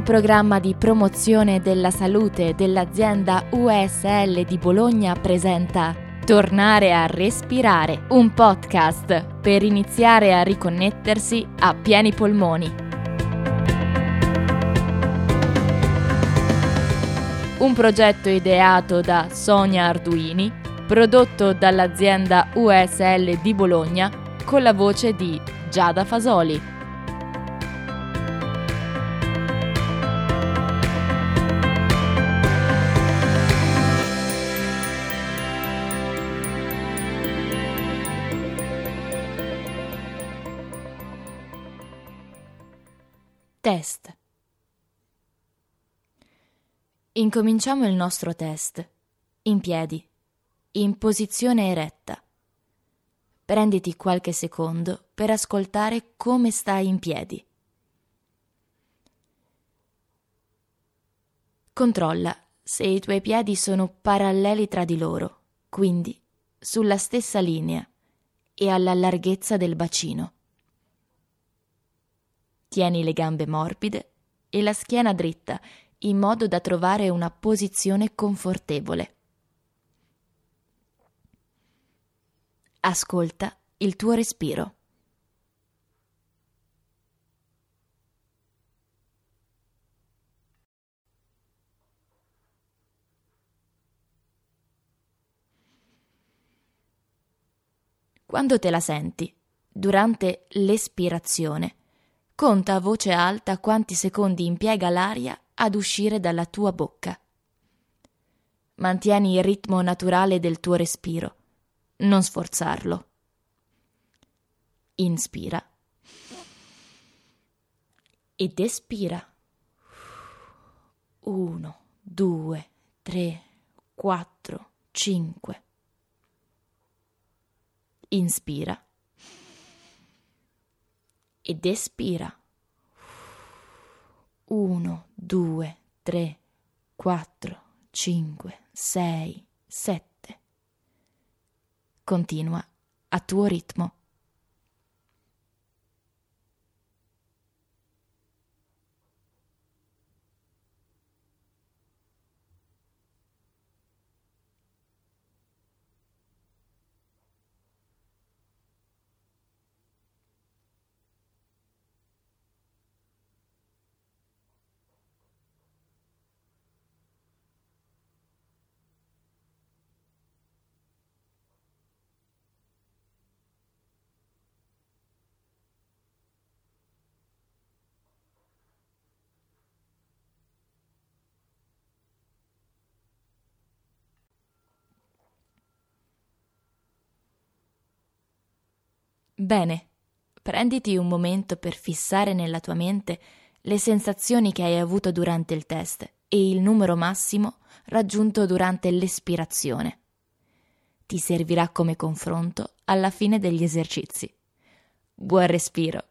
programma di promozione della salute dell'azienda USL di Bologna presenta Tornare a respirare, un podcast per iniziare a riconnettersi a pieni polmoni. Un progetto ideato da Sonia Arduini, prodotto dall'azienda USL di Bologna con la voce di Giada Fasoli. Test. Incominciamo il nostro test. In piedi, in posizione eretta. Prenditi qualche secondo per ascoltare come stai in piedi. Controlla se i tuoi piedi sono paralleli tra di loro, quindi sulla stessa linea e alla larghezza del bacino. Tieni le gambe morbide e la schiena dritta in modo da trovare una posizione confortevole. Ascolta il tuo respiro. Quando te la senti, durante l'espirazione, conta a voce alta quanti secondi impiega l'aria ad uscire dalla tua bocca. Mantieni il ritmo naturale del tuo respiro, non sforzarlo. Inspira ed espira. 1, 2, 3, 4, 5. Inspira ed espira. 1, 2, 3, 4, 5, 6, 7. Continua a tuo ritmo. Bene, prenditi un momento per fissare nella tua mente le sensazioni che hai avuto durante il test e il numero massimo raggiunto durante l'espirazione. Ti servirà come confronto alla fine degli esercizi. Buon respiro!